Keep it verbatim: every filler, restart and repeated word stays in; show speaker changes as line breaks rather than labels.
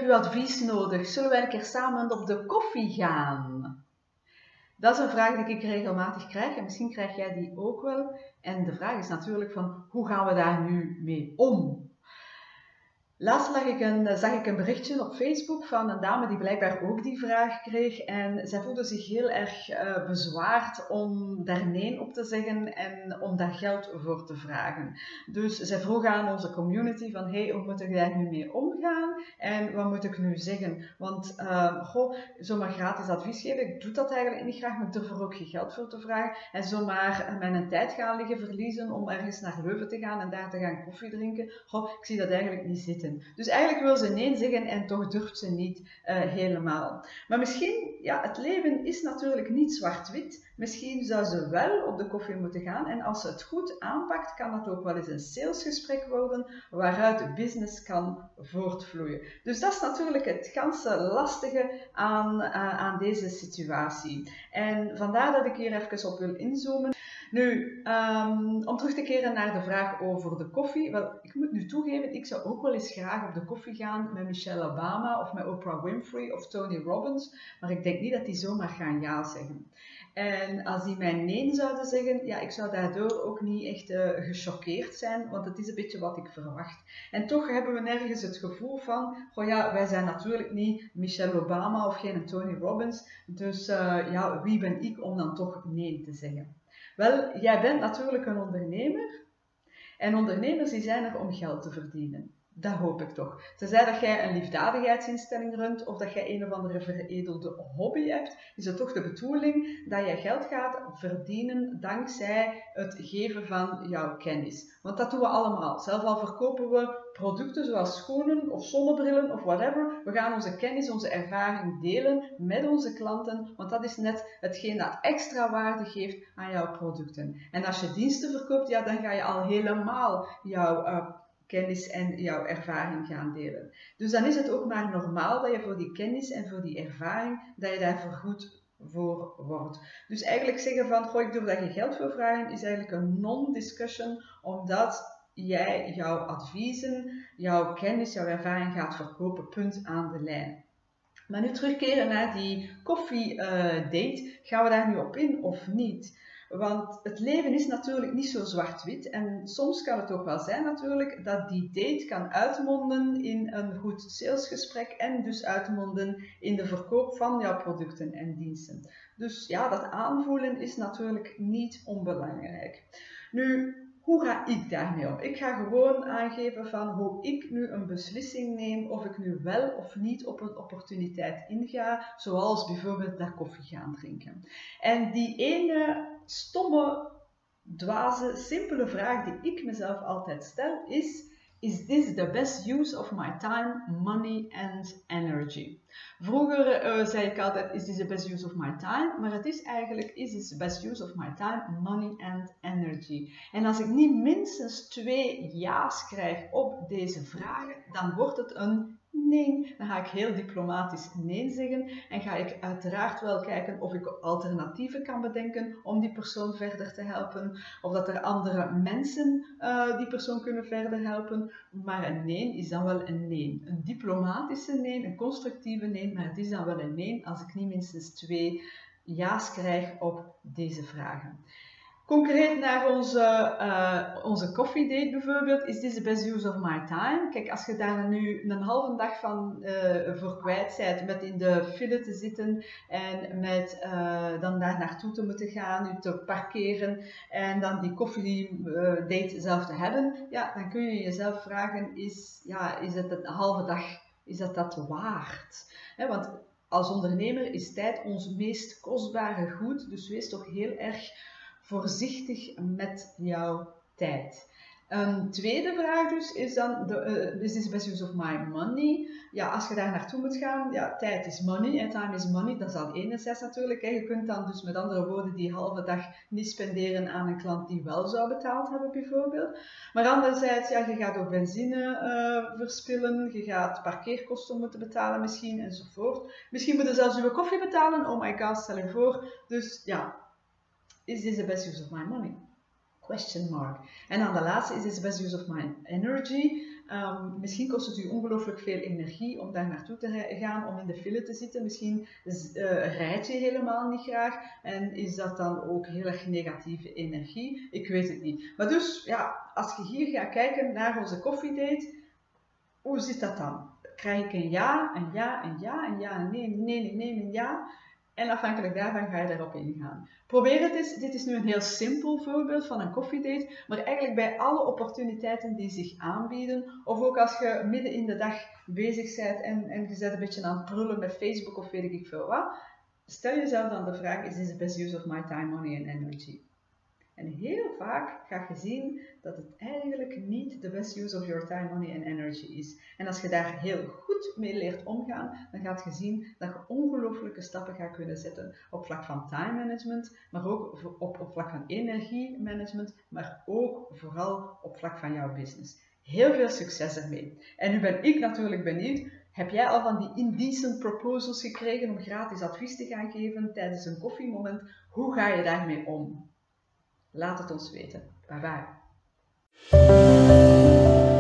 uw advies nodig. Zullen wij een keer samen op de koffie gaan? Dat is een vraag die ik regelmatig krijg en misschien krijg jij die ook wel. En de vraag is natuurlijk van, hoe gaan we daar nu mee om? Laatst zag ik, een, zag ik een berichtje op Facebook van een dame die blijkbaar ook die vraag kreeg. En zij voelde zich heel erg uh, bezwaard om daar nee op te zeggen en om daar geld voor te vragen. Dus zij vroeg aan onze community van, hey, hoe moet ik daar nu mee omgaan? En wat moet ik nu zeggen? Want, uh, goh, zomaar gratis advies geven, ik doe dat eigenlijk niet graag, maar ik durf er ook geen geld voor te vragen. En zomaar mijn tijd gaan liggen verliezen om ergens naar Leuven te gaan en daar te gaan koffie drinken. Goh, ik zie dat eigenlijk niet zitten. Dus eigenlijk wil ze nee zeggen en toch durft ze niet uh, helemaal. Maar misschien, ja, het leven is natuurlijk niet zwart-wit. Misschien zou ze wel op de koffie moeten gaan. En als ze het goed aanpakt, kan dat ook wel eens een salesgesprek worden waaruit de business kan voortvloeien. Dus dat is natuurlijk het ganse lastige aan, uh, aan deze situatie. En vandaar dat ik hier even op wil inzoomen. Nu, um, om terug te keren naar de vraag over de koffie. Wel, ik moet nu toegeven, ik zou ook wel eens graag op de koffie gaan met Michelle Obama of met Oprah Winfrey of Tony Robbins. Maar ik denk niet dat die zomaar gaan ja zeggen. En als die mij nee zouden zeggen, ja, ik zou daardoor ook niet echt uh, gechoqueerd zijn, want het is een beetje wat ik verwacht. En toch hebben we nergens het gevoel van, goh ja, wij zijn natuurlijk niet Michelle Obama of geen Tony Robbins, dus uh, ja, wie ben ik om dan toch nee te zeggen? Wel, jij bent natuurlijk een ondernemer en ondernemers die zijn er om geld te verdienen. Dat hoop ik toch. Tenzij dat jij een liefdadigheidsinstelling runt of dat jij een of andere veredelde hobby hebt, is het toch de bedoeling dat jij geld gaat verdienen dankzij het geven van jouw kennis. Want dat doen we allemaal. Zelf al verkopen we producten zoals schoenen of zonnebrillen of whatever. We gaan onze kennis, onze ervaring delen met onze klanten, want dat is net hetgeen dat extra waarde geeft aan jouw producten. En als je diensten verkoopt, ja, dan ga je al helemaal jouw uh, kennis en jouw ervaring gaan delen. Dus dan is het ook maar normaal dat je voor die kennis en voor die ervaring, dat je daar vergoed voor wordt. Dus eigenlijk zeggen van, goh, ik durf daar geen geld voor vragen, is eigenlijk een non-discussion, omdat jij jouw adviezen, jouw kennis, jouw ervaring gaat verkopen, punt aan de lijn. Maar nu terugkeren naar die koffiedate, uh, gaan we daar nu op in of niet? Want het leven is natuurlijk niet zo zwart-wit en soms kan het ook wel zijn natuurlijk dat die date kan uitmonden in een goed salesgesprek en dus uitmonden in de verkoop van jouw producten en diensten. Dus ja, dat aanvoelen is natuurlijk niet onbelangrijk. Nu, hoe ga ik daarmee om? Ik ga gewoon aangeven van hoe ik nu een beslissing neem of ik nu wel of niet op een opportuniteit inga, zoals bijvoorbeeld naar koffie gaan drinken. En die ene stomme, dwaze, simpele vraag die ik mezelf altijd stel is: is this the best use of my time, money and energy? Vroeger uh, zei ik altijd, is this the best use of my time? Maar het is eigenlijk, is this the best use of my time, money and energy? En als ik niet minstens twee ja's krijg op deze vragen, dan wordt het een nee. Dan ga ik heel diplomatisch nee zeggen en ga ik uiteraard wel kijken of ik alternatieven kan bedenken om die persoon verder te helpen. Of dat er andere mensen uh, die persoon kunnen verder helpen. Maar een nee is dan wel een nee. Een diplomatische nee, een constructieve nee, maar het is dan wel een nee als ik niet minstens twee ja's krijg op deze vragen. Concreet naar onze, uh, onze koffiedate bijvoorbeeld, is this the best use of my time? Kijk, als je daar nu een halve dag van uh, voor kwijt bent met in de file te zitten en met uh, dan daar naartoe te moeten gaan, u te parkeren en dan die koffiedate zelf te hebben, ja, dan kun je jezelf vragen, is, ja, is het een halve dag, is dat dat waard? He, want als ondernemer is tijd ons meest kostbare goed, dus wees toch heel erg voorzichtig met jouw tijd. Een tweede vraag dus is dan, de, uh, is this the best use of my money? Ja, als je daar naartoe moet gaan, ja, tijd is money en time is money, dat is al enerzijds natuurlijk. Hè. Je kunt dan dus met andere woorden die halve dag niet spenderen aan een klant die wel zou betaald hebben bijvoorbeeld. Maar anderzijds, ja, je gaat ook benzine uh, verspillen, je gaat parkeerkosten moeten betalen misschien enzovoort. Misschien moet je zelfs je koffie betalen, oh my god, stel je voor. Dus ja, is this the best use of my money? Question mark. En dan de laatste is, is the best use of my energy. Um, misschien kost het u ongelooflijk veel energie om daar naartoe te gaan, om in de file te zitten. Misschien uh, rijd je helemaal niet graag en is dat dan ook heel erg negatieve energie. Ik weet het niet. Maar dus, ja, als je hier gaat kijken naar onze koffiedate, hoe zit dat dan? Krijg ik een ja, een ja, een ja, een ja, een nee, een nee, een nee, een ja? En afhankelijk daarvan ga je daarop ingaan. Probeer het eens. Dit is nu een heel simpel voorbeeld van een koffiedate, maar eigenlijk bij alle opportuniteiten die zich aanbieden, of ook als je midden in de dag bezig bent en, en je bent een beetje aan het prullen met Facebook of weet ik veel wat, stel jezelf dan de vraag, is this the best use of my time, money and energy? En heel vaak ga je zien dat het eigenlijk niet de best use of your time, money and energy is. En als je daar heel goed mee leert omgaan, dan gaat je zien dat je ongelooflijke stappen gaat kunnen zetten op vlak van time management, maar ook op, op vlak van energiemanagement, maar ook vooral op vlak van jouw business. Heel veel succes ermee. En nu ben ik natuurlijk benieuwd, heb jij al van die indecent proposals gekregen om gratis advies te gaan geven tijdens een koffiemoment? Hoe ga je daarmee om? Laat het ons weten. Bye bye.